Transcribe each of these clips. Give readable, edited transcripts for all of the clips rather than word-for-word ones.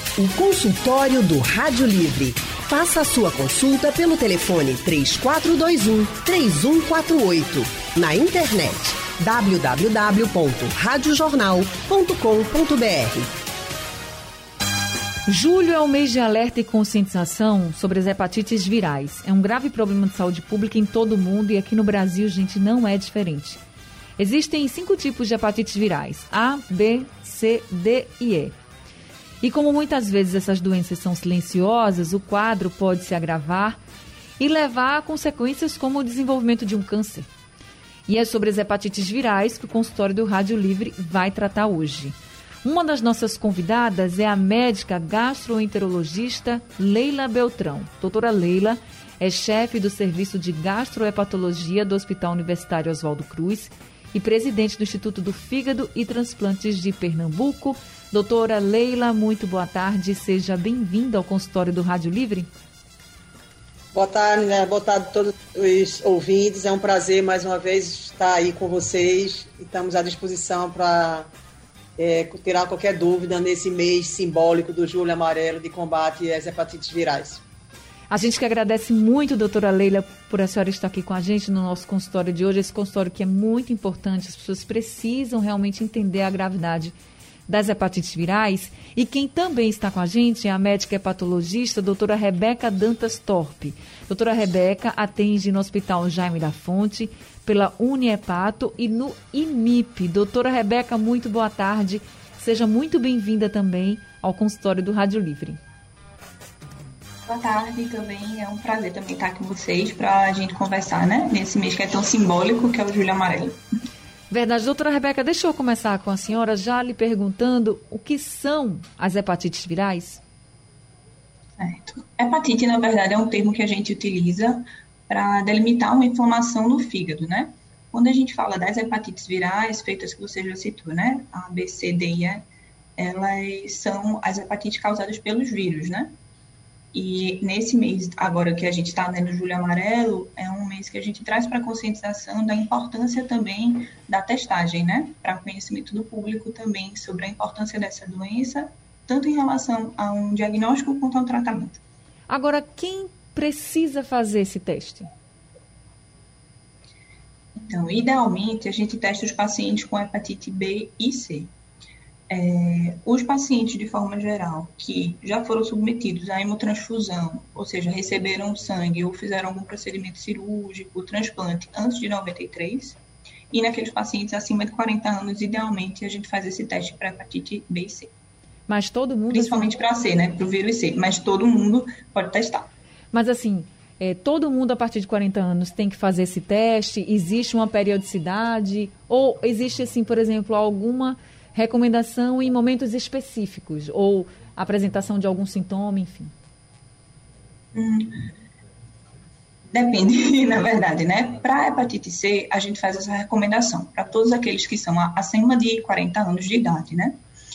O consultório do Rádio Livre. Faça a sua consulta pelo telefone 3421-3148. Na internet www.radiojornal.com.br. Julho é o mês de alerta e conscientização sobre as hepatites virais. É um grave problema de saúde pública em todo o mundo e aqui no Brasil, gente, não é diferente. Existem 5 tipos de hepatites virais: A, B, C, D e E. E como muitas vezes essas doenças são silenciosas, o quadro pode se agravar e levar a consequências como o desenvolvimento de um câncer. E é sobre as hepatites virais que o consultório do Rádio Livre vai tratar hoje. Uma das nossas convidadas é a médica gastroenterologista Leila Beltrão. Doutora Leila é chefe do Serviço de Gastrohepatologia do Hospital Universitário Oswaldo Cruz e presidente do Instituto do Fígado e Transplantes de Pernambuco. Doutora Leila, muito boa tarde. Seja bem-vinda ao consultório do Rádio Livre. Boa tarde a todos os ouvintes. É um prazer, mais uma vez, estar aí com vocês. Estamos à disposição para tirar qualquer dúvida nesse mês simbólico do Julho Amarelo de combate às hepatites virais. A gente que agradece muito, doutora Leila, por a senhora estar aqui com a gente no nosso consultório de hoje. Esse consultório que é muito importante, as pessoas precisam realmente entender a gravidade das hepatites virais. E quem também está com a gente é a médica hepatologista, doutora Rebeca Dantas Torpe. Doutora Rebeca atende no Hospital Jaime da Fonte, pela Uniepato e no IMIP. Doutora Rebeca, muito boa tarde. Seja muito bem-vinda também ao consultório do Rádio Livre. Boa tarde também. É um prazer também estar com vocês para a gente conversar, né? Nesse mês que é tão simbólico, que é o Julho Amarelo. Verdade. Doutora Rebeca, deixa eu começar com a senhora já lhe perguntando o que são as hepatites virais? Certo. Hepatite, na verdade, é um termo que a gente utiliza para delimitar uma inflamação no fígado, né? Quando a gente fala das hepatites virais, feitas que você já citou, né? A, B, C, D e E, elas são as hepatites causadas pelos vírus, né? E nesse mês, agora que a gente está no Julho Amarelo, é um mês que a gente traz para a conscientização da importância também da testagem, né? Para conhecimento do público também sobre a importância dessa doença, tanto em relação a um diagnóstico quanto ao tratamento. Agora, quem precisa fazer esse teste? Então, idealmente, a gente testa os pacientes com hepatite B e C. Os pacientes, de forma geral, que já foram submetidos à hemotransfusão, ou seja, receberam sangue ou fizeram algum procedimento cirúrgico, transplante antes de 93, e naqueles pacientes acima de 40 anos, idealmente, a gente faz esse teste para hepatite B e C. Mas todo mundo... Principalmente para C, né? Para o vírus C, mas todo mundo pode testar. Mas assim, todo mundo a partir de 40 anos tem que fazer esse teste? Existe uma periodicidade? Ou existe, assim, por exemplo, alguma recomendação em momentos específicos, ou apresentação de algum sintoma, enfim? Depende, na verdade, né? Para a hepatite C, a gente faz essa recomendação para todos aqueles que são acima de 40 anos de idade, né?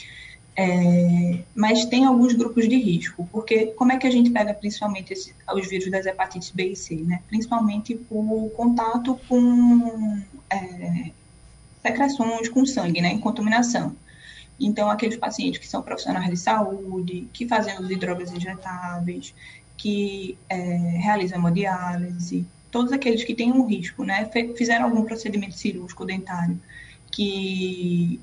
Mas tem alguns grupos de risco, porque como é que a gente pega principalmente os vírus das hepatites B e C, né? Principalmente por contato com secreções com sangue, né, em contaminação. Então, aqueles pacientes que são profissionais de saúde, que fazem uso de drogas injetáveis, que realizam hemodiálise, todos aqueles que têm um risco, né, fizeram algum procedimento cirúrgico dentário, que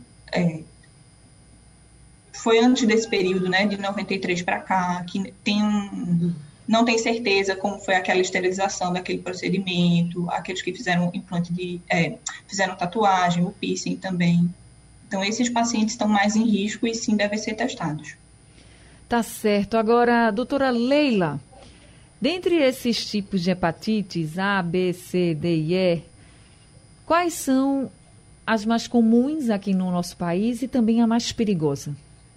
foi antes desse período, né, de 93 para cá, que não tem certeza como foi aquela esterilização daquele procedimento, aqueles que fizeram implante fizeram tatuagem, o piercing também. Então, esses pacientes estão mais em risco e sim devem ser testados. Tá certo. Agora, doutora Leila, dentre esses tipos de hepatites A, B, C, D e E, quais são as mais comuns aqui no nosso país e também a mais perigosa?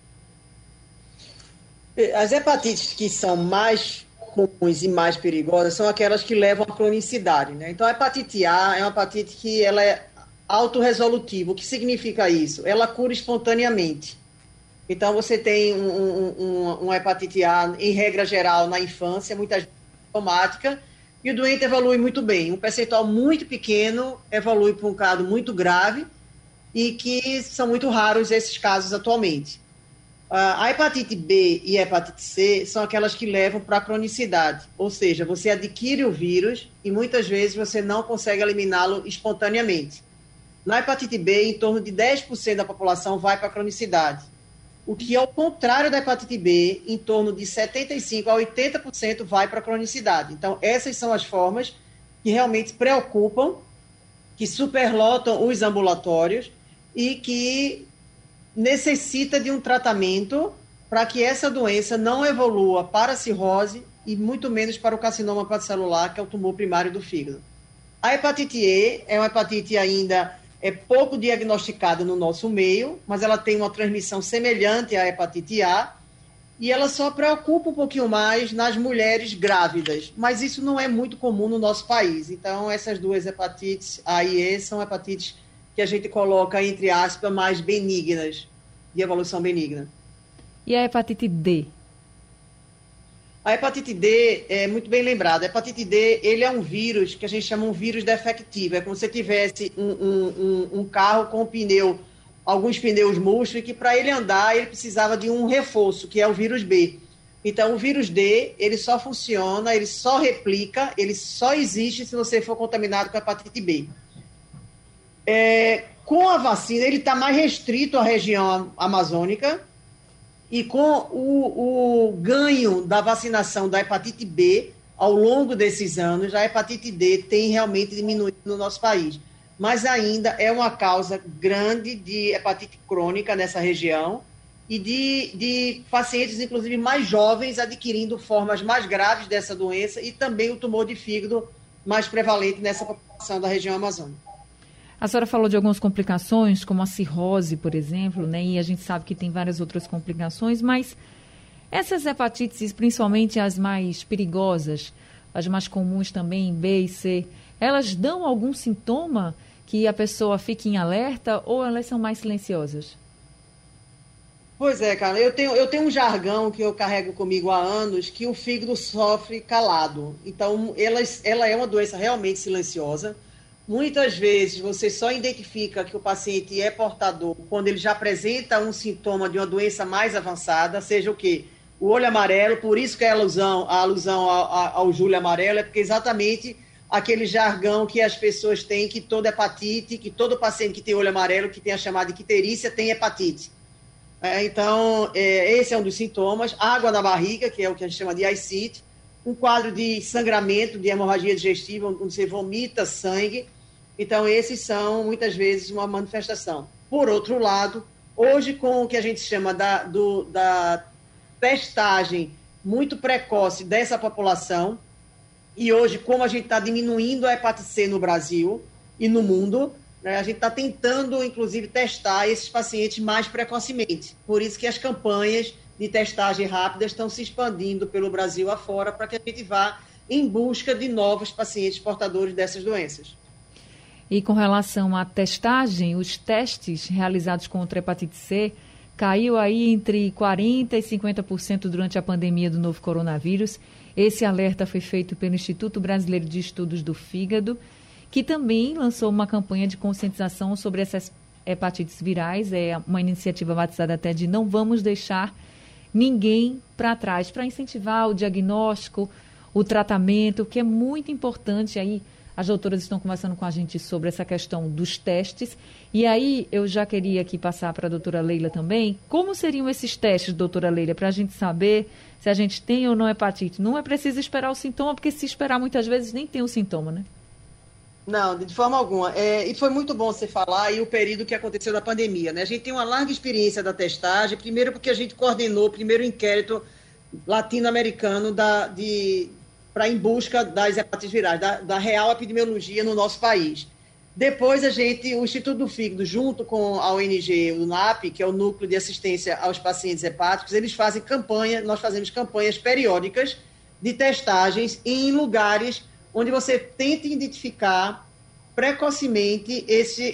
As hepatites que são mais comuns e mais perigosas são aquelas que levam à cronicidade, né? Então, a hepatite A é uma hepatite que ela é autorresolutiva. O que significa isso? Ela cura espontaneamente. Então, você tem uma hepatite A, em regra geral, na infância, muitas vezes sintomática, e o doente evolui muito bem. Um percentual muito pequeno evolui para um caso muito grave, e que são muito raros esses casos atualmente. A hepatite B e a hepatite C são aquelas que levam para a cronicidade, ou seja, você adquire o vírus e muitas vezes você não consegue eliminá-lo espontaneamente. Na hepatite B, em torno de 10% da população vai para a cronicidade, o que, ao contrário da hepatite B, em torno de 75% a 80% vai para a cronicidade. Então, essas são as formas que realmente preocupam, que superlotam os ambulatórios e que necessita de um tratamento para que essa doença não evolua para a cirrose e muito menos para o carcinoma hepatocelular, que é o tumor primário do fígado. A hepatite E é uma hepatite ainda pouco diagnosticada no nosso meio, mas ela tem uma transmissão semelhante à hepatite A e ela só preocupa um pouquinho mais nas mulheres grávidas, mas isso não é muito comum no nosso país. Então, essas duas hepatites, A e E, são hepatites que a gente coloca, entre aspas, mais benignas, de evolução benigna. E a hepatite D? A hepatite D é muito bem lembrada. A hepatite D, ele é um vírus que a gente chama um vírus defectivo. É como se você tivesse um carro com alguns pneus murchos, e que para ele andar, ele precisava de um reforço, que é o vírus B. Então, o vírus D, ele só funciona, ele só replica, ele só existe se você for contaminado com a hepatite B. Com a vacina, ele está mais restrito à região amazônica, e com o ganho da vacinação da hepatite B, ao longo desses anos, a hepatite D tem realmente diminuído no nosso país. Mas ainda é uma causa grande de hepatite crônica nessa região e de pacientes, inclusive, mais jovens, adquirindo formas mais graves dessa doença e também o tumor de fígado mais prevalente nessa população da região amazônica. A senhora falou de algumas complicações, como a cirrose, por exemplo, né? E a gente sabe que tem várias outras complicações, mas essas hepatites, principalmente as mais perigosas, as mais comuns também, B e C, elas dão algum sintoma que a pessoa fique em alerta ou elas são mais silenciosas? Pois é, cara, eu tenho um jargão que eu carrego comigo há anos, que o fígado sofre calado. Então, ela é uma doença realmente silenciosa. Muitas vezes você só identifica que o paciente é portador quando ele já apresenta um sintoma de uma doença mais avançada, seja o quê? O olho amarelo, por isso que a alusão ao Júlio amarelo, é porque exatamente aquele jargão que as pessoas têm, que toda hepatite, que todo paciente que tem olho amarelo, que tem a chamada de icterícia, tem hepatite. Então, esse é um dos sintomas. Água na barriga, que é o que a gente chama de ascite, um quadro de sangramento, de hemorragia digestiva, onde você vomita sangue. Então, esses são, muitas vezes, uma manifestação. Por outro lado, hoje, com o que a gente chama da testagem muito precoce dessa população, e hoje, como a gente está diminuindo a hepatite C no Brasil e no mundo, né, a gente está tentando, inclusive, testar esses pacientes mais precocemente. Por isso que as campanhas de testagem rápida estão se expandindo pelo Brasil afora, para que a gente vá em busca de novos pacientes portadores dessas doenças. E com relação à testagem, os testes realizados contra a hepatite C caiu aí entre 40% e 50% durante a pandemia do novo coronavírus. Esse alerta foi feito pelo Instituto Brasileiro de Estudos do Fígado, que também lançou uma campanha de conscientização sobre essas hepatites virais. É uma iniciativa batizada até de Não Vamos Deixar Ninguém para Trás, para incentivar o diagnóstico, o tratamento, que é muito importante. Aí as doutoras estão conversando com a gente sobre essa questão dos testes. E aí eu já queria aqui passar para a doutora Leila também. Como seriam esses testes, doutora Leila, para a gente saber se a gente tem ou não hepatite? Não é preciso esperar o sintoma, porque se esperar muitas vezes nem tem o sintoma, né? Não, de forma alguma. E foi muito bom você falar aí o período que aconteceu da pandemia, né? A gente tem uma larga experiência da testagem, primeiro porque a gente coordenou o primeiro inquérito latino-americano para em busca das hepatites virais, da real epidemiologia no nosso país. Depois o Instituto do Fígado, junto com a ONG, o NAP, que é o Núcleo de Assistência aos Pacientes Hepáticos, eles fazem nós fazemos campanhas periódicas de testagens em lugares onde você tenta identificar precocemente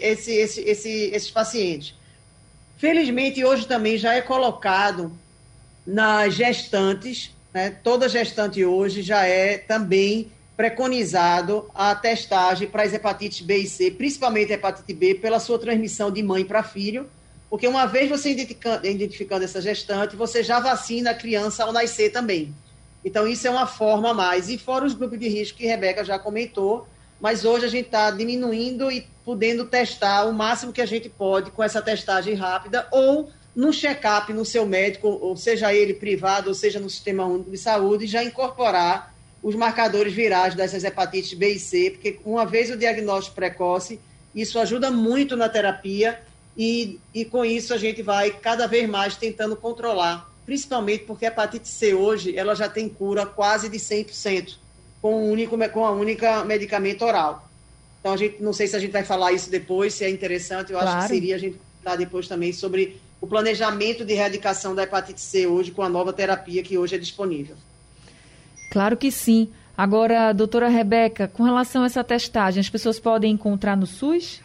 esses pacientes. Felizmente, hoje também já é colocado nas gestantes, né? Toda gestante hoje já é também preconizado a testagem para as hepatites B e C, principalmente a hepatite B, pela sua transmissão de mãe para filho, Porque uma vez você identificando essa gestante, você já vacina a criança ao nascer também. Então, isso é uma forma a mais. E fora os grupos de risco que a Rebeca já comentou, mas hoje a gente está diminuindo e podendo testar o máximo que a gente pode com essa testagem rápida ou no check-up no seu médico, ou seja ele privado, ou seja no Sistema Único de Saúde, já incorporar os marcadores virais dessas hepatites B e C, porque uma vez o diagnóstico precoce, isso ajuda muito na terapia e com isso a gente vai cada vez mais tentando controlar, principalmente porque a hepatite C hoje ela já tem cura quase de 100% com a única medicamento oral. Então, não sei se a gente vai falar isso depois, se é interessante, eu acho que seria a gente falar depois também sobre o planejamento de erradicação da hepatite C hoje com a nova terapia que hoje é disponível. Claro que sim. Agora, doutora Rebeca, com relação a essa testagem, as pessoas podem encontrar no SUS?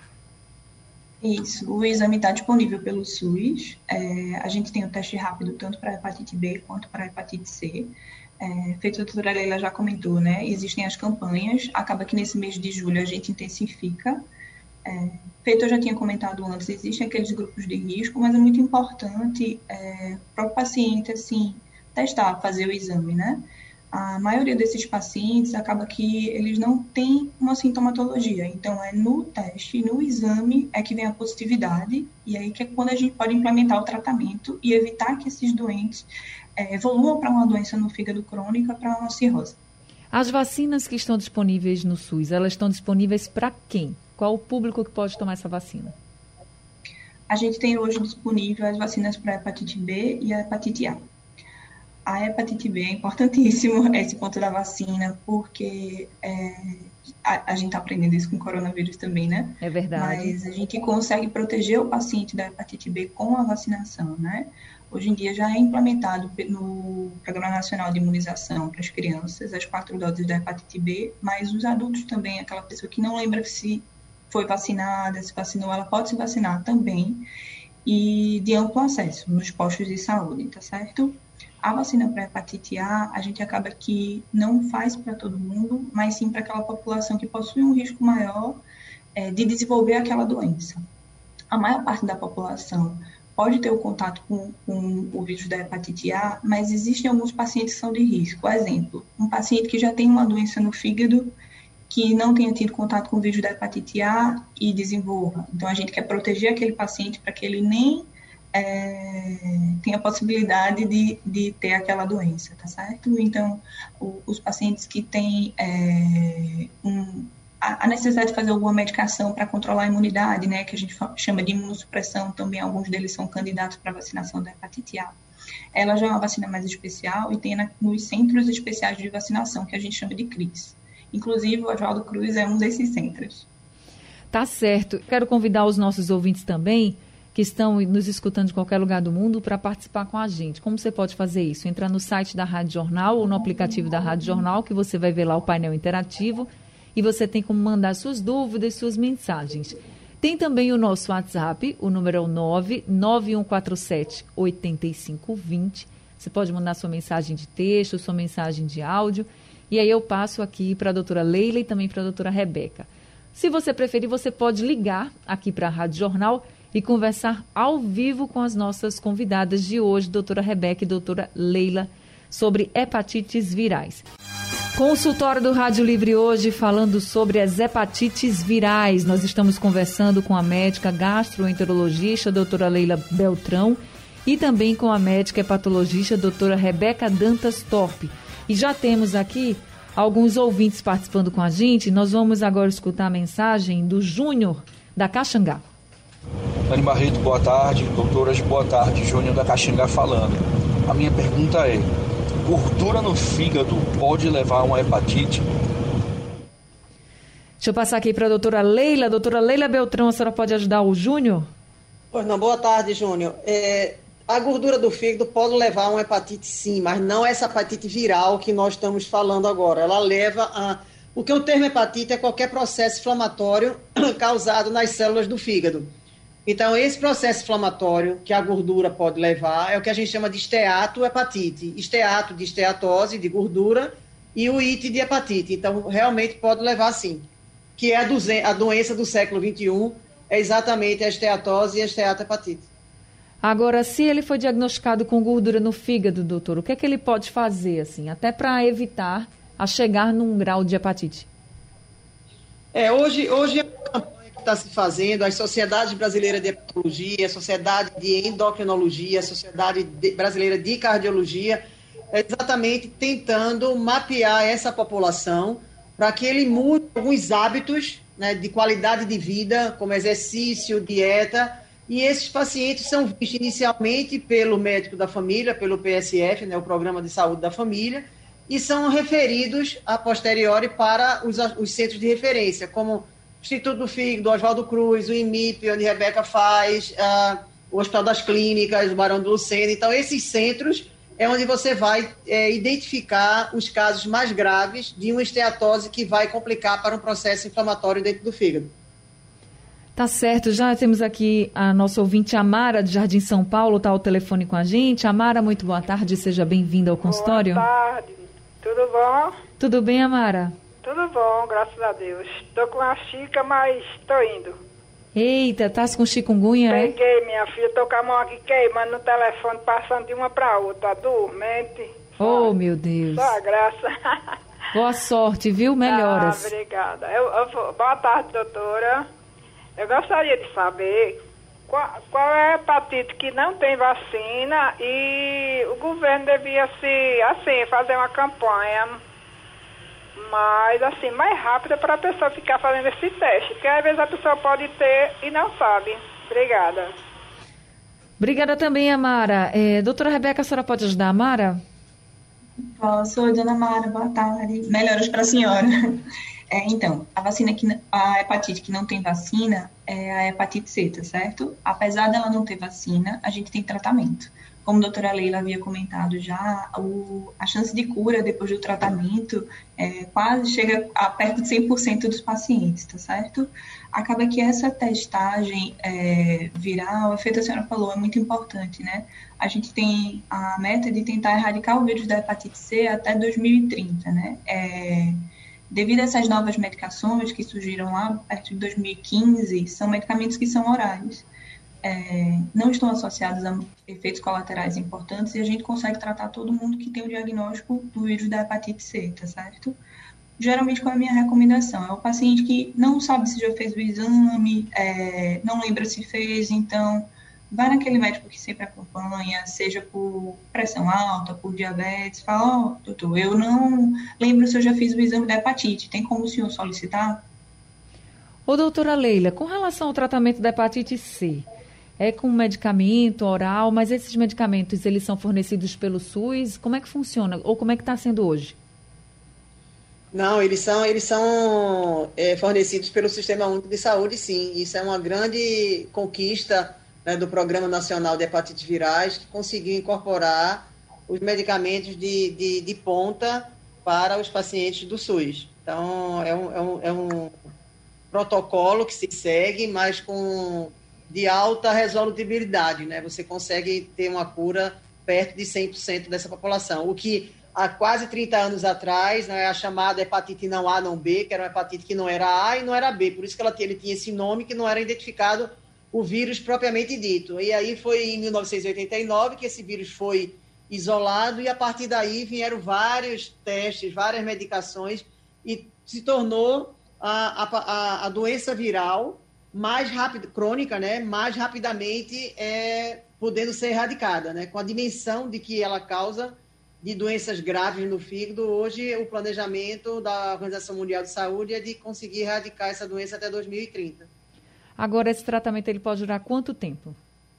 Isso, o exame está disponível pelo SUS. A gente tem o teste rápido tanto para a hepatite B quanto para a hepatite C. Feito a doutora Leila já comentou, né? Existem as campanhas, acaba que nesse mês de julho a gente intensifica. Feito eu já tinha comentado antes, existem aqueles grupos de risco, mas é muito importante para o paciente, assim, testar, fazer o exame, né? A maioria desses pacientes acaba que eles não têm uma sintomatologia, então é no teste, no exame é que vem a positividade, e aí que é quando a gente pode implementar o tratamento e evitar que esses doentes evoluam para uma doença no fígado crônica, para uma cirrose. As vacinas que estão disponíveis no SUS, elas estão disponíveis para quem? Qual o público que pode tomar essa vacina? A gente tem hoje disponível as vacinas para a hepatite B e a hepatite A. A hepatite B é importantíssimo, esse ponto da vacina, porque a gente está aprendendo isso com o coronavírus também, né? É verdade. Mas a gente consegue proteger o paciente da hepatite B com a vacinação, né? Hoje em dia já é implementado no Programa Nacional de Imunização para as crianças as 4 doses da hepatite B, mas os adultos também, aquela pessoa que não lembra se foi vacinada, se vacinou, ela pode se vacinar também, e de amplo acesso nos postos de saúde, tá certo? A vacina para hepatite A gente acaba que não faz para todo mundo, mas sim para aquela população que possui um risco maior de desenvolver aquela doença. A maior parte da população pode ter o contato com o vírus da hepatite A, mas existem alguns pacientes que são de risco. Por exemplo, um paciente que já tem uma doença no fígado, que não tenha tido contato com o vírus da hepatite A e desenvolva. Então, a gente quer proteger aquele paciente para que ele nem tenha a possibilidade de ter aquela doença, tá certo? Então, os pacientes que têm a necessidade de fazer alguma medicação para controlar a imunidade, né, que a gente chama de imunossupressão, também alguns deles são candidatos para vacinação da hepatite A. Ela já é uma vacina mais especial e tem nos centros especiais de vacinação, que a gente chama de CRIs. Inclusive, o Oswaldo Cruz é um desses centros. Tá certo. Quero convidar os nossos ouvintes também, que estão nos escutando de qualquer lugar do mundo, para participar com a gente. Como você pode fazer isso? Entrar no site da Rádio Jornal ou no aplicativo da Rádio Jornal, que você vai ver lá o painel interativo, e você tem como mandar suas dúvidas, suas mensagens. Tem também o nosso WhatsApp, o número é o 99147-8520. Você pode mandar sua mensagem de texto, sua mensagem de áudio, e aí eu passo aqui para a doutora Leila e também para a doutora Rebeca. Se você preferir, você pode ligar aqui para a Rádio Jornal e conversar ao vivo com as nossas convidadas de hoje, doutora Rebeca e doutora Leila, sobre hepatites virais. Consultório do Rádio Livre hoje falando sobre as hepatites virais. Nós estamos conversando com a médica gastroenterologista, doutora Leila Beltrão, e também com a médica hepatologista, doutora Rebeca Dantas Torpe. E já temos aqui alguns ouvintes participando com a gente. Nós vamos agora escutar a mensagem do Júnior, da Caxangá. Dani Barreto, boa tarde. Doutoras, boa tarde. Júnior da Caxangá falando. A minha pergunta é: gordura no fígado pode levar a uma hepatite? Deixa eu passar aqui para a doutora Leila. Doutora Leila Beltrão, a senhora pode ajudar o Júnior? Pois não, boa tarde, Júnior. A gordura do fígado pode levar a uma hepatite sim, mas não essa hepatite viral que nós estamos falando agora. Ela leva a... Porque o termo hepatite é qualquer processo inflamatório causado nas células do fígado. Então, esse processo inflamatório que a gordura pode levar é o que a gente chama de esteatohepatite. Esteato de esteatose, de gordura, e o ite de hepatite. Então, realmente pode levar sim. Que é a doença do século XXI, é exatamente a esteatose e a esteatohepatite. Agora, se ele foi diagnosticado com gordura no fígado, doutor, o que é que ele pode fazer, assim, até para evitar a chegar num grau de hepatite? Hoje é uma campanha que está se fazendo, as sociedades brasileiras de hepatologia, a sociedade de endocrinologia, a sociedade brasileira de cardiologia, exatamente tentando mapear essa população para que ele mude alguns hábitos, né, de qualidade de vida, como exercício, dieta. E esses pacientes são vistos inicialmente pelo médico da família, pelo PSF, né, o Programa de Saúde da Família, e são referidos a posteriori para os centros de referência, como o Instituto do Fígado, Oswaldo Cruz, o IMIP, onde a Rebeca faz, o Hospital das Clínicas, o Barão do Lucena. Então, esses centros é onde você vai identificar os casos mais graves de uma esteatose que vai complicar para um processo inflamatório dentro do fígado. Tá certo, já temos aqui a nossa ouvinte Amara, de Jardim São Paulo, está ao telefone com a gente. Amara, muito boa tarde, seja bem-vinda ao consultório. Boa tarde, tudo bom? Tudo bem, Amara? Tudo bom, graças a Deus. Estou com a chica, mas estou indo. Eita, tá com chikungunya, Peguei, minha filha, estou com a mão aqui queimando no telefone, passando de uma para outra, dormente. Oh, meu Deus. Só a graça. Boa sorte, viu? Melhoras. Obrigada. Boa tarde, doutora. Eu gostaria de saber qual é a hepatite que não tem vacina e o governo devia fazer uma campanha mais rápida para a pessoa ficar fazendo esse teste, porque às vezes a pessoa pode ter e não sabe. Obrigada. Obrigada também, Amara. Doutora Rebeca, a senhora pode ajudar a Amara? Posso, dona Amara, boa tarde. Melhoras para a senhora. Então, a hepatite que não tem vacina é a hepatite C, tá certo? Apesar dela não ter vacina, a gente tem tratamento. Como a doutora Leila havia comentado já, a chance de cura depois do tratamento quase chega a perto de 100% dos pacientes, tá certo? Acaba que essa testagem viral, o efeito a senhora falou, é muito importante, né? A gente tem a meta de tentar erradicar o vírus da hepatite C até 2030, né? Devido a essas novas medicações que surgiram lá perto de 2015, são medicamentos que são orais. Não estão associados a efeitos colaterais importantes e a gente consegue tratar todo mundo que tem o diagnóstico do vírus da hepatite C, tá certo? Geralmente, qual é a minha recomendação? É o paciente que não sabe se já fez o exame, não lembra se fez, então vai naquele médico que sempre acompanha, seja por pressão alta, por diabetes, fala, doutor, eu não lembro se eu já fiz o exame da hepatite, tem como o senhor solicitar? Ô, doutora Leila, com relação ao tratamento da hepatite C, é com medicamento oral, mas esses medicamentos, eles são fornecidos pelo SUS? Como é que funciona? Ou como é que está sendo hoje? Não, eles são fornecidos pelo Sistema Único de Saúde, sim. Isso é uma grande conquista, né, do Programa Nacional de Hepatites Virais, que conseguiu incorporar os medicamentos de ponta para os pacientes do SUS. Então, é um protocolo que se segue, mas de alta resolutibilidade, né? Você consegue ter uma cura perto de 100% dessa população, o que há quase 30 anos atrás, né, a chamada hepatite não A, não B, que era uma hepatite que não era A e não era B, por isso que ele tinha esse nome que não era identificado o vírus propriamente dito. E aí foi em 1989 que esse vírus foi isolado e a partir daí vieram vários testes, várias medicações e se tornou a doença viral mais rápida, crônica, né, mais rapidamente podendo ser erradicada, né, com a dimensão de que ela causa de doenças graves no fígado. Hoje o planejamento da Organização Mundial de Saúde é de conseguir erradicar essa doença até 2030. Agora, esse tratamento ele pode durar quanto tempo?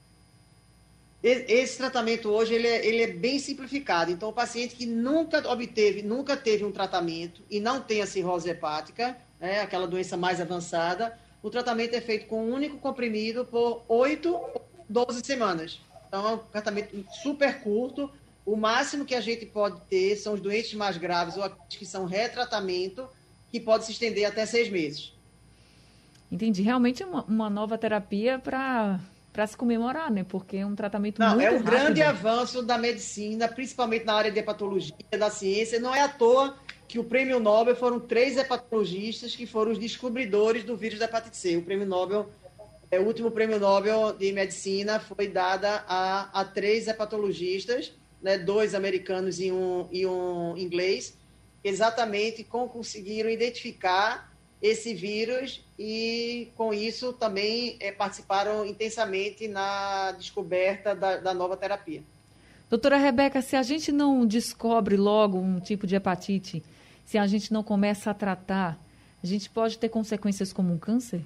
Esse tratamento hoje ele é bem simplificado. Então, o paciente que nunca teve um tratamento e não tem a cirrose hepática, né, aquela doença mais avançada, o tratamento é feito com um único comprimido por 8 ou 12 semanas. Então, é um tratamento super curto. O máximo que a gente pode ter são os doentes mais graves ou aqueles que são retratamento, que pode se estender até 6 meses. Entendi. Realmente é uma nova terapia para se comemorar, né? Porque é um tratamento muito rápido. É um grande avanço da medicina, principalmente na área de hepatologia, da ciência. Não é à toa que o prêmio Nobel foram 3 hepatologistas que foram os descobridores do vírus da hepatite C. O prêmio Nobel O último prêmio Nobel de Medicina foi dado a 3 hepatologistas, né, 2 americanos e um inglês, exatamente conseguiram identificar esse vírus e, com isso, também participaram intensamente na descoberta da nova terapia. Doutora Rebeca, se a gente não descobre logo um tipo de hepatite, se a gente não começa a tratar, a gente pode ter consequências como um câncer?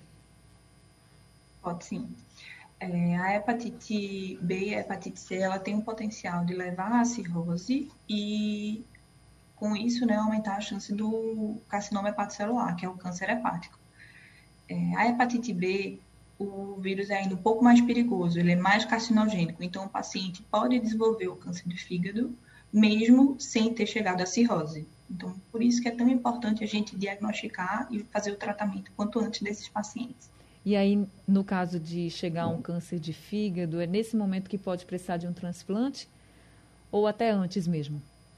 Pode sim. A hepatite B e a hepatite C, ela tem um potencial de levar à cirrose e, com isso, né, aumentar a chance do carcinoma hepatocelular, que é o câncer hepático. A hepatite B, o vírus é ainda um pouco mais perigoso, ele é mais carcinogênico, então o paciente pode desenvolver o câncer de fígado, mesmo sem ter chegado à cirrose. Então, por isso que é tão importante a gente diagnosticar e fazer o tratamento quanto antes desses pacientes. E aí, no caso de chegar a um câncer de fígado, é nesse momento que pode precisar de um transplante ou até antes mesmo?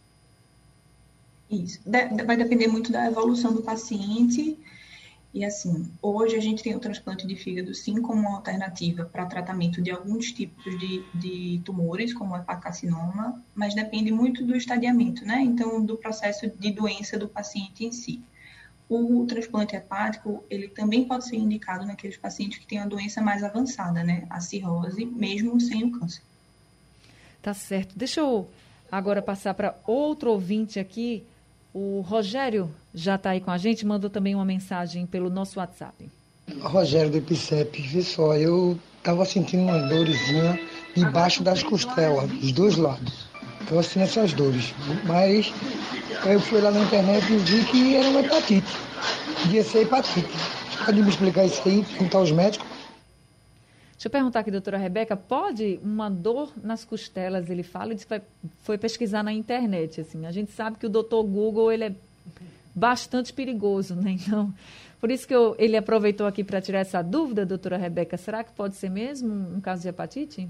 Isso. Vai depender muito da evolução do paciente. E assim, hoje a gente tem o transplante de fígado sim como uma alternativa para tratamento de alguns tipos de tumores, como o hepatocarcinoma, mas depende muito do estadiamento, né? Então, do processo de doença do paciente em si. O transplante hepático, ele também pode ser indicado naqueles pacientes que têm a doença mais avançada, né? A cirrose, mesmo sem o câncer. Tá certo. Deixa eu agora passar para outro ouvinte aqui. O Rogério já está aí com a gente, mandou também uma mensagem pelo nosso WhatsApp. Rogério do Epicep, vê só, eu estava sentindo uma dorzinha debaixo das costelas, dos dois lados. Estava sentindo essas dores, mas eu fui lá na internet e vi que era uma hepatite. Podia ser hepatite. Pode me explicar isso aí, perguntar aos médicos? Deixa eu perguntar aqui, doutora Rebeca, pode uma dor nas costelas, ele fala, disse que foi pesquisar na internet, assim, a gente sabe que o doutor Google, ele é bastante perigoso, né, então, por isso que ele aproveitou aqui para tirar essa dúvida, doutora Rebeca, será que pode ser mesmo um caso de hepatite?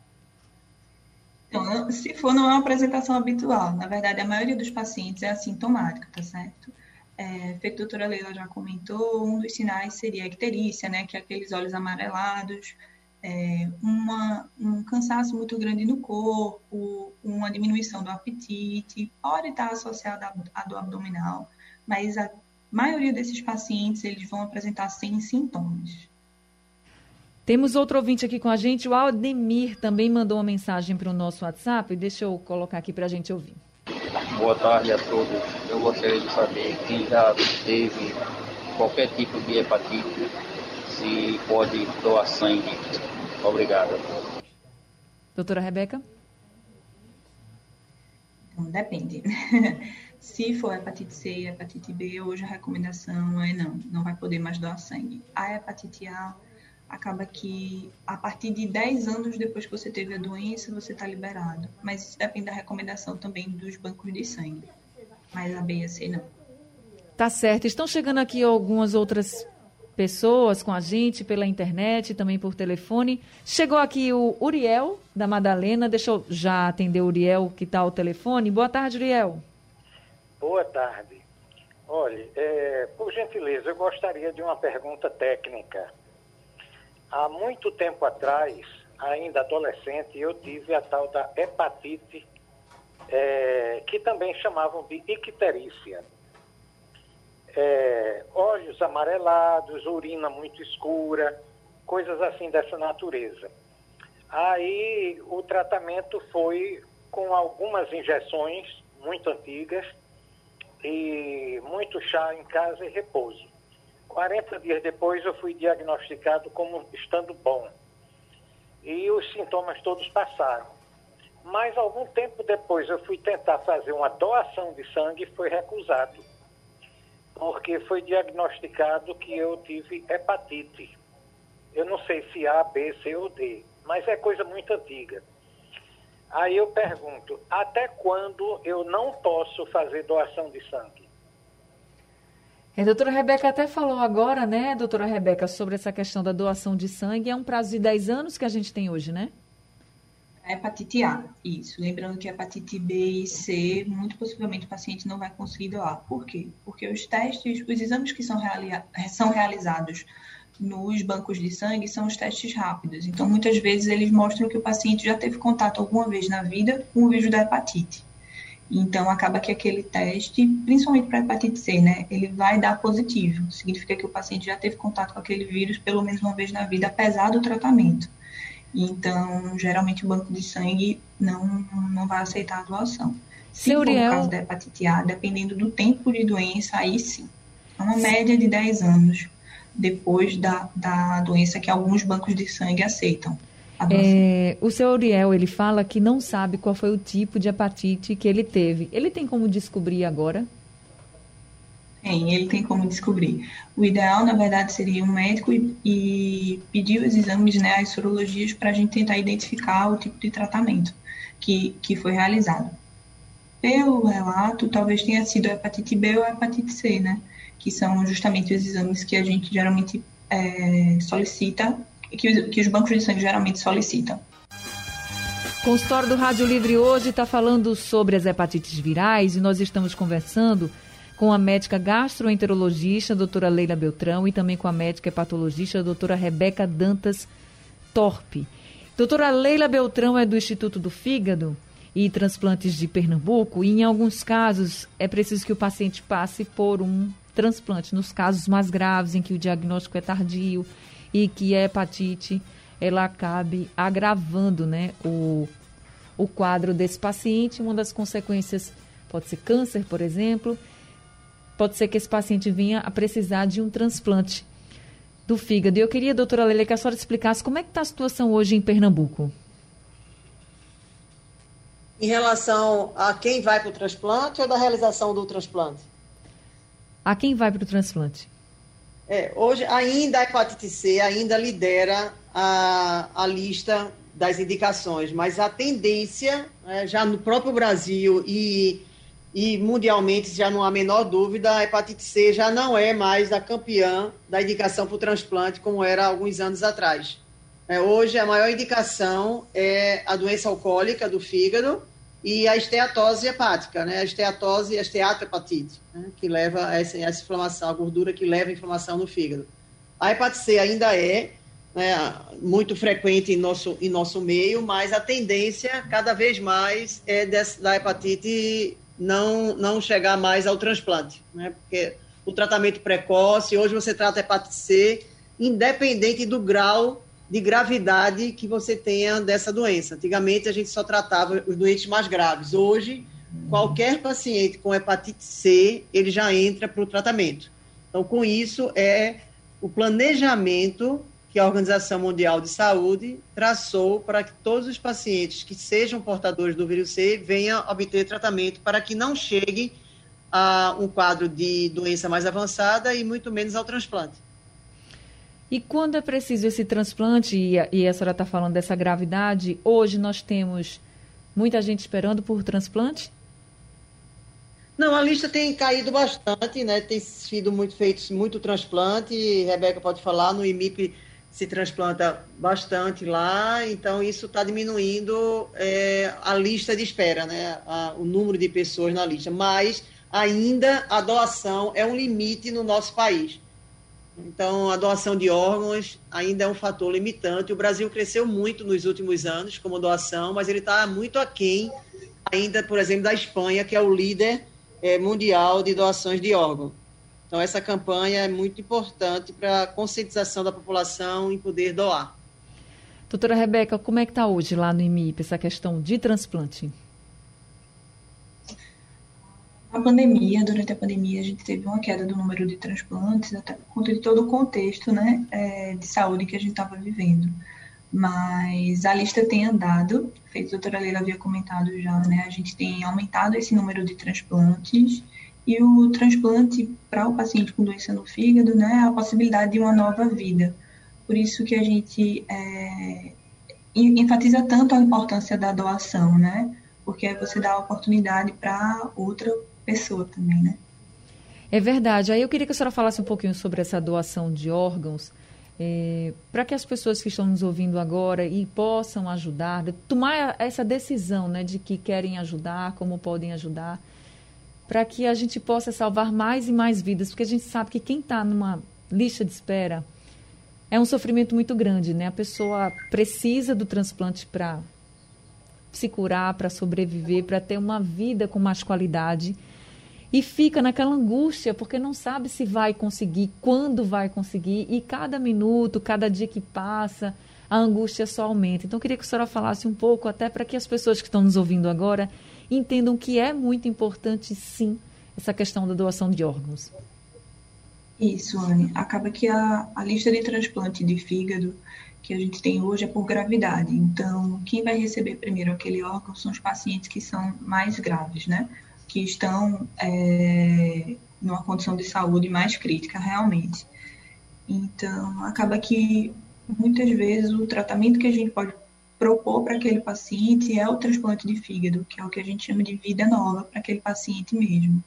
Então, se for, não é uma apresentação habitual, na verdade, a maioria dos pacientes é assintomática, tá certo? Feito a doutora Leila já comentou, um dos sinais seria a icterícia, né, que é aqueles olhos amarelados, um cansaço muito grande no corpo, uma diminuição do apetite, pode estar associada à dor abdominal, mas a maioria desses pacientes, eles vão apresentar sem sintomas. Temos outro ouvinte aqui com a gente, o Aldemir também mandou uma mensagem para o nosso WhatsApp, deixa eu colocar aqui para a gente ouvir. Boa tarde a todos. Eu gostaria de saber quem já teve qualquer tipo de hepatite, se pode doar sangue. Obrigado. Doutora Rebeca? Então, depende. Se for hepatite C e hepatite B, hoje a recomendação é não vai poder mais doar sangue. A hepatite A acaba que a partir de 10 anos depois que você teve a doença, você está liberado. Mas isso depende da recomendação também dos bancos de sangue. Mas a B e a C não. Tá certo. Estão chegando aqui algumas outras pessoas com a gente pela internet, também por telefone. Chegou aqui o Uriel, da Madalena. Deixa eu já atender o Uriel, que está ao telefone. Boa tarde, Uriel. Boa tarde. Olha, por gentileza, eu gostaria de uma pergunta técnica. Há muito tempo atrás, ainda adolescente, eu tive a tal da hepatite, que também chamavam de icterícia. Olhos amarelados, urina muito escura, coisas assim dessa natureza. Aí o tratamento foi com algumas injeções muito antigas e muito chá em casa e repouso. 40 dias depois eu fui diagnosticado como estando bom. E os sintomas todos passaram. Mas algum tempo depois eu fui tentar fazer uma doação de sangue e foi recusado. Porque foi diagnosticado que eu tive hepatite. Eu não sei se A, B, C ou D, mas é coisa muito antiga. Aí eu pergunto, até quando eu não posso fazer doação de sangue? A doutora Rebeca até falou agora, né, doutora Rebeca, sobre essa questão da doação de sangue. É um prazo de 10 anos que a gente tem hoje, né? A hepatite A, isso. Lembrando que a hepatite B e C, muito possivelmente o paciente não vai conseguir doar. Por quê? Porque os testes, os exames que são realizados nos bancos de sangue são os testes rápidos. Então, muitas vezes, eles mostram que o paciente já teve contato alguma vez na vida com o vírus da hepatite. Então, acaba que aquele teste, principalmente para hepatite C, né, ele vai dar positivo. Significa que o paciente já teve contato com aquele vírus pelo menos uma vez na vida, apesar do tratamento. Então, geralmente, o banco de sangue não vai aceitar a doação. Se for no caso da hepatite A, dependendo do tempo de doença, aí sim. É uma média de 10 anos depois da doença que alguns bancos de sangue aceitam. O seu Uriel, ele fala que não sabe qual foi o tipo de hepatite que ele teve. Ele tem como descobrir agora? Ele tem como descobrir. O ideal, na verdade, seria um médico e pedir os exames, né, as sorologias, para a gente tentar identificar o tipo de tratamento que foi realizado. Pelo relato, talvez tenha sido a hepatite B ou a hepatite C, né? Que são justamente os exames que a gente geralmente solicita, que os bancos de sangue geralmente solicitam. O consultório do Rádio Livre hoje está falando sobre as hepatites virais e nós estamos conversando com a médica gastroenterologista, doutora Leila Beltrão, e também com a médica hepatologista, doutora Rebeca Dantas Torpe. Doutora Leila Beltrão é do Instituto do Fígado e Transplantes de Pernambuco, e em alguns casos é preciso que o paciente passe por um transplante, nos casos mais graves, em que o diagnóstico é tardio e que a hepatite ela acabe agravando, né, o quadro desse paciente. Uma das consequências pode ser câncer, por exemplo, pode ser que esse paciente venha a precisar de um transplante do fígado. E eu queria, doutora Leila, que a senhora explicasse como é que está a situação hoje em Pernambuco. Em relação a quem vai para o transplante ou da realização do transplante? A quem vai para o transplante? Hoje, ainda a hepatite C ainda lidera a lista das indicações, mas a tendência, já no próprio Brasil e mundialmente, já não há a menor dúvida, a hepatite C já não é mais a campeã da indicação para o transplante, como era há alguns anos atrás. Hoje, a maior indicação é a doença alcoólica do fígado e a esteatose hepática, né? A esteatose e a esteatohepatite, né? Que leva a essa inflamação, a gordura que leva a inflamação no fígado. A hepatite C ainda é, né, muito frequente em nosso meio, mas a tendência cada vez mais é da hepatite não chegar mais ao transplante, né? Porque o tratamento precoce, hoje você trata a hepatite C independente do grau de gravidade que você tenha dessa doença. Antigamente a gente só tratava os doentes mais graves. Hoje, qualquer paciente com hepatite C, ele já entra para o tratamento. Então, com isso, é o planejamento que a Organização Mundial de Saúde traçou para que todos os pacientes que sejam portadores do vírus C venham obter tratamento para que não chegue a um quadro de doença mais avançada e muito menos ao transplante. E quando é preciso esse transplante, e a senhora está falando dessa gravidade, hoje nós temos muita gente esperando por transplante? Não, a lista tem caído bastante, né? Tem sido muito transplante, Rebeca pode falar, no IMIP se transplanta bastante lá, então isso está diminuindo a lista de espera, né? O número de pessoas na lista, mas ainda a doação é um limite no nosso país. Então, a doação de órgãos ainda é um fator limitante. O Brasil cresceu muito nos últimos anos como doação, mas ele está muito aquém ainda, por exemplo, da Espanha, que é o líder mundial de doações de órgãos. Então, essa campanha é muito importante para a conscientização da população em poder doar. Doutora Rebeca, como é que está hoje lá no IMIP essa questão de transplante? Durante a pandemia, a gente teve uma queda do número de transplantes, até por conta de todo o contexto, né, de saúde que a gente estava vivendo. Mas a lista tem andado, feito a doutora Leila havia comentado já, né, a gente tem aumentado esse número de transplantes, e o transplante para o paciente com doença no fígado, né, é a possibilidade de uma nova vida. Por isso que a gente enfatiza tanto a importância da doação, né, porque você dá a oportunidade para outra pessoa também, né? É verdade. Aí eu queria que a senhora falasse um pouquinho sobre essa doação de órgãos, para que as pessoas que estão nos ouvindo agora e possam ajudar, tomar essa decisão, né, de que querem ajudar, como podem ajudar, para que a gente possa salvar mais e mais vidas, porque a gente sabe que quem está numa lista de espera é um sofrimento muito grande, né? A pessoa precisa do transplante para se curar, para sobreviver, para ter uma vida com mais qualidade. E fica naquela angústia, porque não sabe se vai conseguir, quando vai conseguir. E cada minuto, cada dia que passa, a angústia só aumenta. Então, eu queria que a senhora falasse um pouco, até para que as pessoas que estão nos ouvindo agora entendam que é muito importante, sim, essa questão da doação de órgãos. Isso, Anne. Acaba que a lista de transplante de fígado que a gente tem hoje é por gravidade. Então, quem vai receber primeiro aquele órgão são os pacientes que são mais graves, né? Que estão numa condição de saúde mais crítica, realmente. Então, acaba que, muitas vezes, o tratamento que a gente pode propor para aquele paciente é o transplante de fígado, que é o que a gente chama de vida nova para aquele paciente mesmo.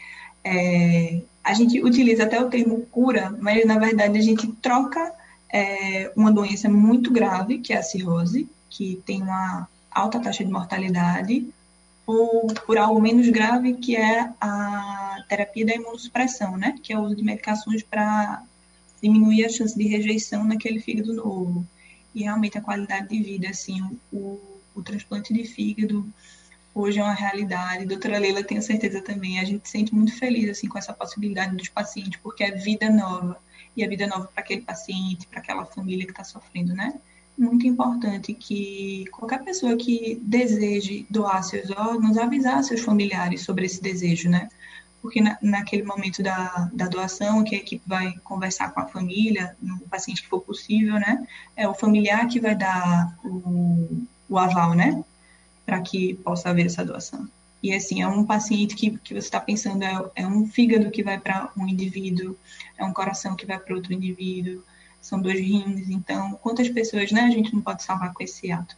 A gente utiliza até o termo cura, mas, na verdade, a gente troca uma doença muito grave, que é a cirrose, que tem uma alta taxa de mortalidade, por algo menos grave, que é a terapia da imunossupressão, né? Que é o uso de medicações para diminuir a chance de rejeição naquele fígado novo. E realmente a qualidade de vida, assim, o transplante de fígado hoje é uma realidade. Doutora Leila, tenho certeza também, a gente se sente muito feliz assim, com essa possibilidade dos pacientes, porque é vida nova. E a vida nova para aquele paciente, para aquela família que está sofrendo, né? Muito importante que qualquer pessoa que deseje doar seus órgãos, avisar seus familiares sobre esse desejo, né? Porque naquele momento da doação, que a equipe vai conversar com a família, no paciente que for possível, né? É o familiar que vai dar o aval, né? Para que possa haver essa doação. E assim, é um paciente que você está pensando, é um fígado que vai para um indivíduo, é um coração que vai para outro indivíduo, são 2 rins, então quantas pessoas, né, a gente não pode salvar com esse ato?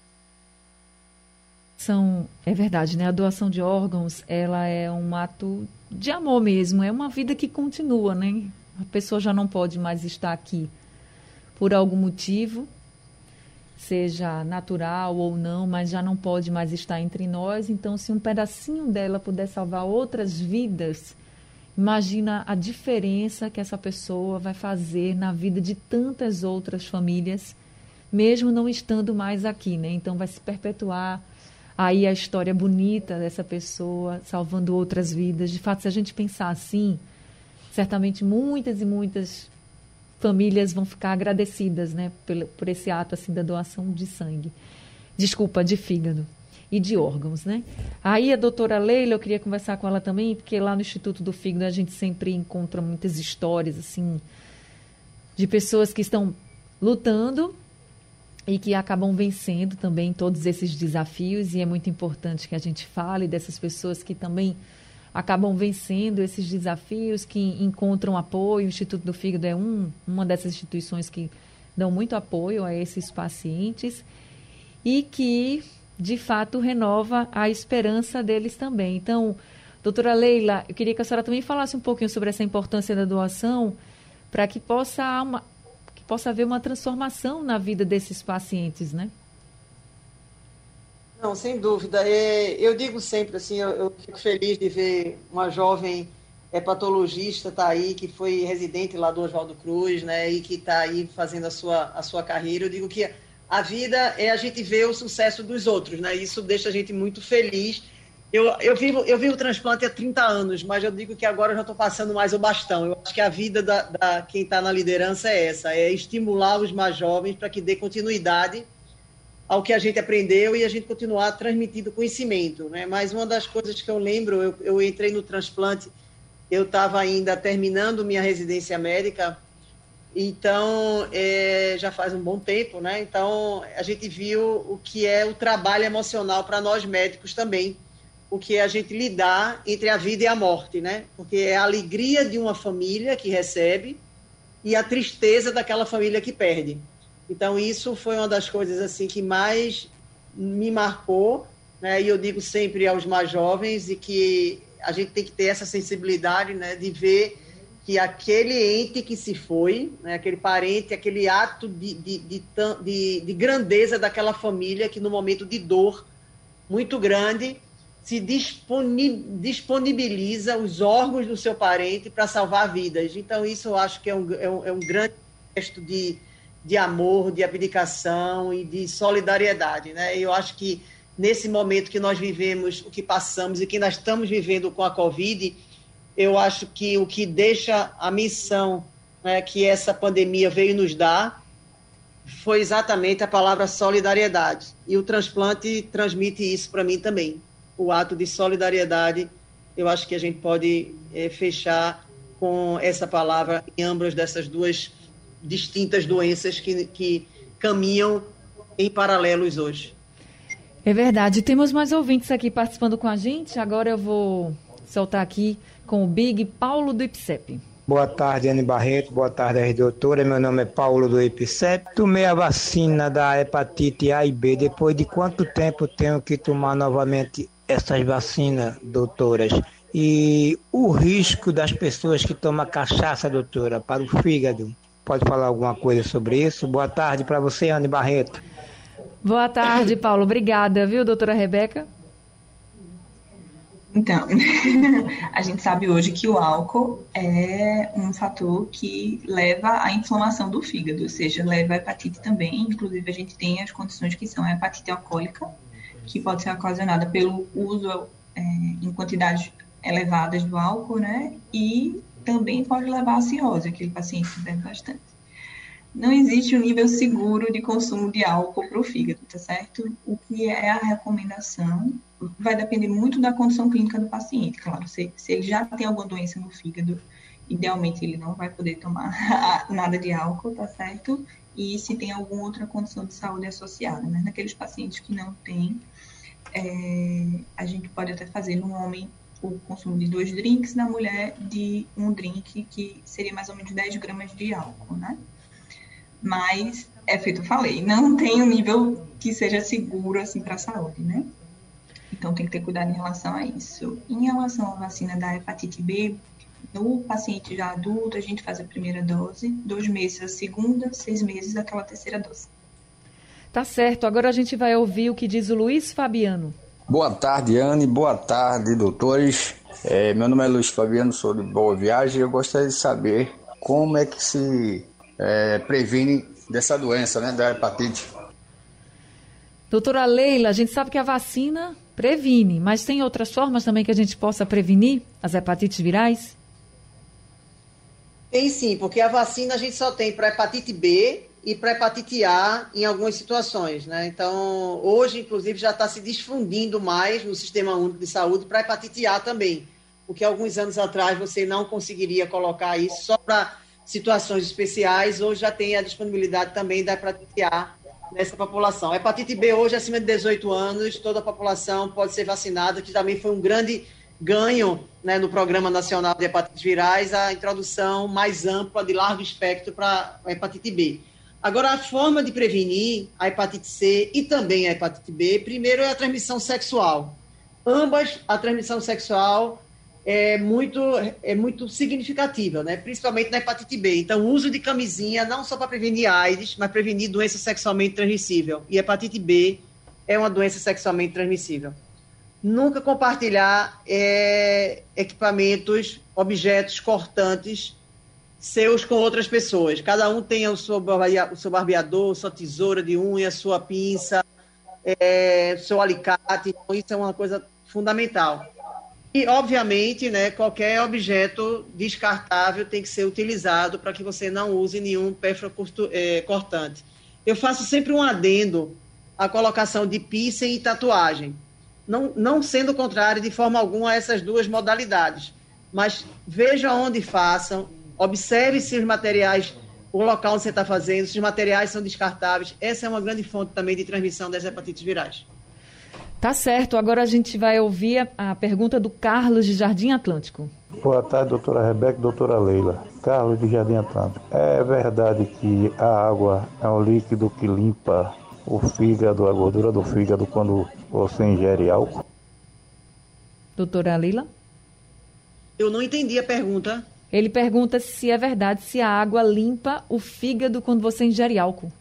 É verdade, né? A doação de órgãos, ela é um ato de amor mesmo, é uma vida que continua, né? A pessoa já não pode mais estar aqui por algum motivo, seja natural ou não, mas já não pode mais estar entre nós. Então, se um pedacinho dela puder salvar outras vidas, imagina a diferença que essa pessoa vai fazer na vida de tantas outras famílias, mesmo não estando mais aqui, né? Então, vai se perpetuar aí a história bonita dessa pessoa, salvando outras vidas. De fato, se a gente pensar assim, certamente muitas e muitas famílias vão ficar agradecidas, né, por esse ato assim da doação de sangue. Desculpa, de fígado e de órgãos, né? Aí a doutora Leila, eu queria conversar com ela também, porque lá no Instituto do Fígado a gente sempre encontra muitas histórias assim de pessoas que estão lutando e que acabam vencendo também todos esses desafios, e é muito importante que a gente fale dessas pessoas que também acabam vencendo esses desafios, que encontram apoio. O Instituto do Fígado é uma dessas instituições que dão muito apoio a esses pacientes e que, de fato, renova a esperança deles também. Então, doutora Leila, eu queria que a senhora também falasse um pouquinho sobre essa importância da doação para que possa haver uma transformação na vida desses pacientes, né? Não, sem dúvida. Eu digo sempre assim, eu fico feliz de ver uma jovem hepatologista tá aí, que foi residente lá do Oswaldo Cruz, né, e que está aí fazendo a sua carreira. Eu digo que a vida é a gente ver o sucesso dos outros, né? Isso deixa a gente muito feliz. Eu vivo o transplante há 30 anos, mas eu digo que agora eu já estou passando mais o bastão. Eu acho que a vida da quem está na liderança é essa, é estimular os mais jovens para que dê continuidade ao que a gente aprendeu e a gente continuar transmitindo conhecimento, né? Mas uma das coisas que eu lembro, eu entrei no transplante, eu estava ainda terminando minha residência médica, então já faz um bom tempo, né? Então a gente viu o que é o trabalho emocional para nós médicos também, o que é a gente lidar entre a vida e a morte, né? Porque é a alegria de uma família que recebe e a tristeza daquela família que perde. Então, isso foi uma das coisas assim que mais me marcou, né? E eu digo sempre aos mais jovens e que a gente tem que ter essa sensibilidade, né, de ver que aquele ente que se foi, né, aquele parente, aquele ato de grandeza daquela família que no momento de dor muito grande se disponibiliza os órgãos do seu parente para salvar vidas. Então, isso eu acho que é um grande gesto de de amor, de abdicação e de solidariedade, né? Eu acho que nesse momento que nós vivemos, o que passamos e que nós estamos vivendo com a Covid, eu acho que o que deixa a missão, né, que essa pandemia veio nos dar foi exatamente a palavra solidariedade. E o transplante transmite isso para mim também. O ato de solidariedade, eu acho que a gente pode fechar com essa palavra em ambas dessas duas distintas doenças que caminham em paralelos hoje. É verdade. Temos mais ouvintes aqui participando com a gente. Agora eu vou soltar aqui com o Big Paulo do IPSEP. Boa tarde, Anne Barreto. Boa tarde, doutora. Meu nome é Paulo do IPSEP. Tomei a vacina da hepatite A e B. Depois de quanto tempo tenho que tomar novamente essas vacinas, doutoras? E o risco das pessoas que tomam cachaça, doutora, para o fígado? Pode falar alguma coisa sobre isso? Boa tarde para você, Anne Barreto. Boa tarde, Paulo. Obrigada, viu, doutora Rebeca? Então, a gente sabe hoje que o álcool é um fator que leva à inflamação do fígado, ou seja, leva à hepatite também. Inclusive, a gente tem as condições que são a hepatite alcoólica, que pode ser ocasionada pelo uso em quantidades elevadas do álcool, né? E também pode levar à cirrose, aquele paciente que bebe bastante. Não existe um nível seguro de consumo de álcool para o fígado, tá certo? O que é a recomendação vai depender muito da condição clínica do paciente, claro. Se ele já tem alguma doença no fígado, idealmente ele não vai poder tomar nada de álcool, tá certo? E se tem alguma outra condição de saúde associada, né? Naqueles pacientes que não têm, a gente pode até fazer no homem o consumo de 2 drinks, na mulher de 1 drink, que seria mais ou menos 10 gramas de álcool, né? Mas, feito eu falei, não tem um nível que seja seguro, assim, para a saúde, né? Então, tem que ter cuidado em relação a isso. Em relação à vacina da hepatite B, no paciente já adulto, a gente faz a primeira dose, 2 meses a segunda, 6 meses aquela terceira dose. Tá certo. Agora a gente vai ouvir o que diz o Luiz Fabiano. Boa tarde, Anne. Boa tarde, doutores. Meu nome é Luiz Fabiano, sou de Boa Viagem e eu gostaria de saber como é que se previne dessa doença, né, da hepatite. Doutora Leila, a gente sabe que a vacina previne, mas tem outras formas também que a gente possa prevenir as hepatites virais? Tem sim, porque a vacina a gente só tem para hepatite B e para hepatite A em algumas situações, né? Então, hoje, inclusive, já está se difundindo mais no Sistema Único de Saúde para hepatite A também, porque alguns anos atrás você não conseguiria colocar isso só para situações especiais, hoje já tem a disponibilidade também da hepatite A nessa população. A hepatite B hoje, acima de 18 anos, toda a população pode ser vacinada, que também foi um grande ganho, né, no Programa Nacional de Hepatites Virais, a introdução mais ampla de largo espectro para a hepatite B. Agora, a forma de prevenir a hepatite C e também a hepatite B, primeiro é a transmissão sexual. Ambas, a transmissão sexual é muito significativa, né? Principalmente na hepatite B. Então, o uso de camisinha, não só para prevenir AIDS, mas prevenir doença sexualmente transmissível. E hepatite B é uma doença sexualmente transmissível. Nunca compartilhar equipamentos, objetos cortantes seus com outras pessoas. Cada um tem o seu barbeador, sua tesoura de unha, sua pinça, seu alicate. Então, isso é uma coisa fundamental. E, obviamente, né, qualquer objeto descartável tem que ser utilizado para que você não use nenhum pérfuro cortante. Eu faço sempre um adendo à colocação de piercing e tatuagem, não sendo contrário de forma alguma a essas duas modalidades, mas veja onde façam, observe se os materiais, o local onde você está fazendo, se os materiais são descartáveis. Essa é uma grande fonte também de transmissão das hepatites virais. Tá certo, agora a gente vai ouvir a pergunta do Carlos de Jardim Atlântico. Boa tarde, doutora Rebeca e doutora Leila. Carlos de Jardim Atlântico. É verdade que a água é um líquido que limpa o fígado, a gordura do fígado quando você ingere álcool? Doutora Leila? Eu não entendi a pergunta. Ele pergunta se é verdade se a água limpa o fígado quando você ingere álcool.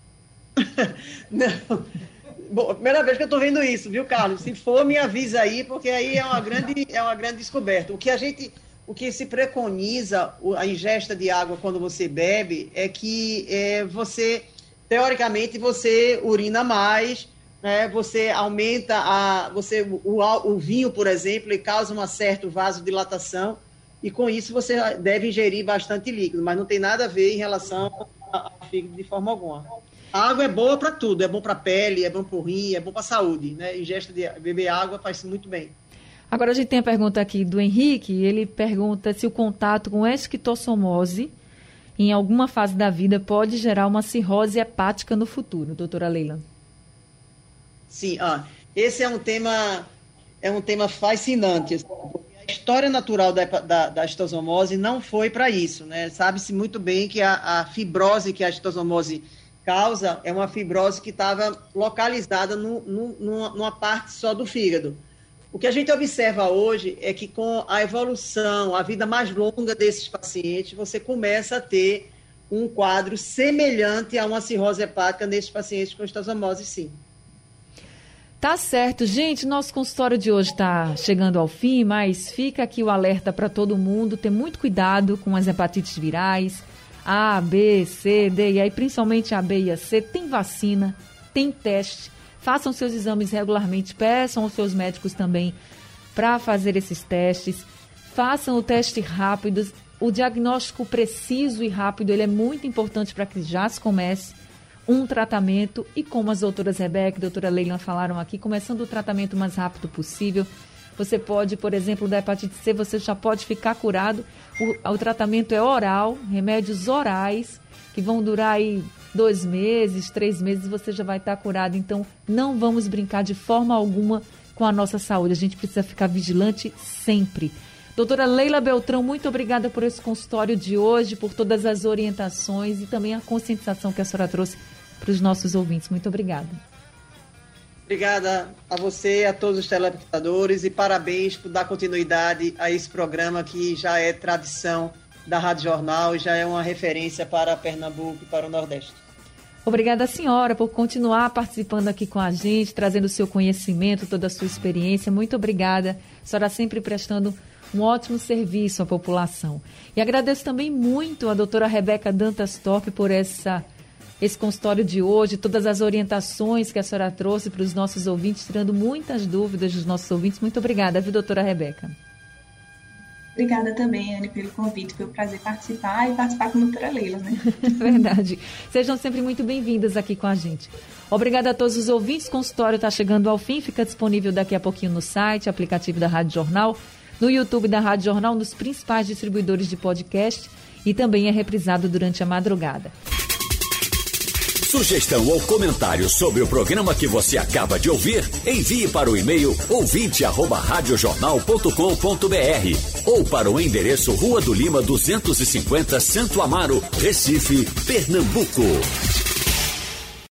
Não. Bom, primeira vez que eu estou vendo isso, viu, Carlos? Se for, me avisa aí, porque aí é uma grande descoberta. O que a gente o que se preconiza a ingesta de água quando você bebe é que você, teoricamente, você urina mais, né? Você aumenta o vinho, por exemplo, ele causa uma certa vasodilatação e com isso você deve ingerir bastante líquido, mas não tem nada a ver em relação ao fígado de forma alguma. A água é boa para tudo, é bom para a pele, é bom para o rim, é bom para a saúde, né? Ingesta de beber água faz muito bem. Agora a gente tem a pergunta aqui do Henrique, ele pergunta se o contato com esquistossomose em alguma fase da vida pode gerar uma cirrose hepática no futuro, doutora Leila. Sim, esse é um tema fascinante. A história natural da esquistossomose não foi para isso, né? Sabe-se muito bem que a fibrose que a esquistossomose causa é uma fibrose que estava localizada numa parte só do fígado. O que a gente observa hoje é que com a evolução, a vida mais longa desses pacientes, você começa a ter um quadro semelhante a uma cirrose hepática nesses pacientes com esquistossomose, sim. Tá certo, gente, nosso consultório de hoje está chegando ao fim, mas fica aqui o alerta para todo mundo, ter muito cuidado com as hepatites virais, A, B, C, D, e aí principalmente a B e a C, tem vacina, tem teste. Façam seus exames regularmente, peçam aos seus médicos também para fazer esses testes. Façam o teste rápido, o diagnóstico preciso e rápido, ele é muito importante para que já se comece um tratamento. E como as doutoras Rebeca e doutora Leila falaram aqui, começando o tratamento o mais rápido possível. Você pode, por exemplo, da hepatite C, você já pode ficar curado. O tratamento é oral, remédios orais, que vão durar aí 2 meses, 3 meses, você já vai estar curado. Então, não vamos brincar de forma alguma com a nossa saúde. A gente precisa ficar vigilante sempre. Doutora Leila Beltrão, muito obrigada por esse consultório de hoje, por todas as orientações e também a conscientização que a senhora trouxe para os nossos ouvintes. Muito obrigada. Obrigada a você, a todos os telespectadores e parabéns por dar continuidade a esse programa que já é tradição da Rádio Jornal e já é uma referência para Pernambuco e para o Nordeste. Obrigada, senhora, por continuar participando aqui com a gente, trazendo o seu conhecimento, toda a sua experiência. Muito obrigada. A senhora sempre prestando um ótimo serviço à população. E agradeço também muito a doutora Rebeca Dantas Torpe por esse consultório de hoje, todas as orientações que a senhora trouxe para os nossos ouvintes, tirando muitas dúvidas dos nossos ouvintes. Muito obrigada, viu, doutora Rebeca? Obrigada também, Anne, pelo convite. Foi um prazer participar e participar com a doutora Leila, né? Verdade. Sejam sempre muito bem-vindas aqui com a gente. Obrigada a todos os ouvintes. O consultório está chegando ao fim. Fica disponível daqui a pouquinho no site, aplicativo da Rádio Jornal, no YouTube da Rádio Jornal, nos principais distribuidores de podcast e também é reprisado durante a madrugada. Sugestão ou comentário sobre o programa que você acaba de ouvir, envie para o e-mail ouvinte@radiojornal.com.br ou para o endereço Rua do Lima 250, Santo Amaro, Recife, Pernambuco.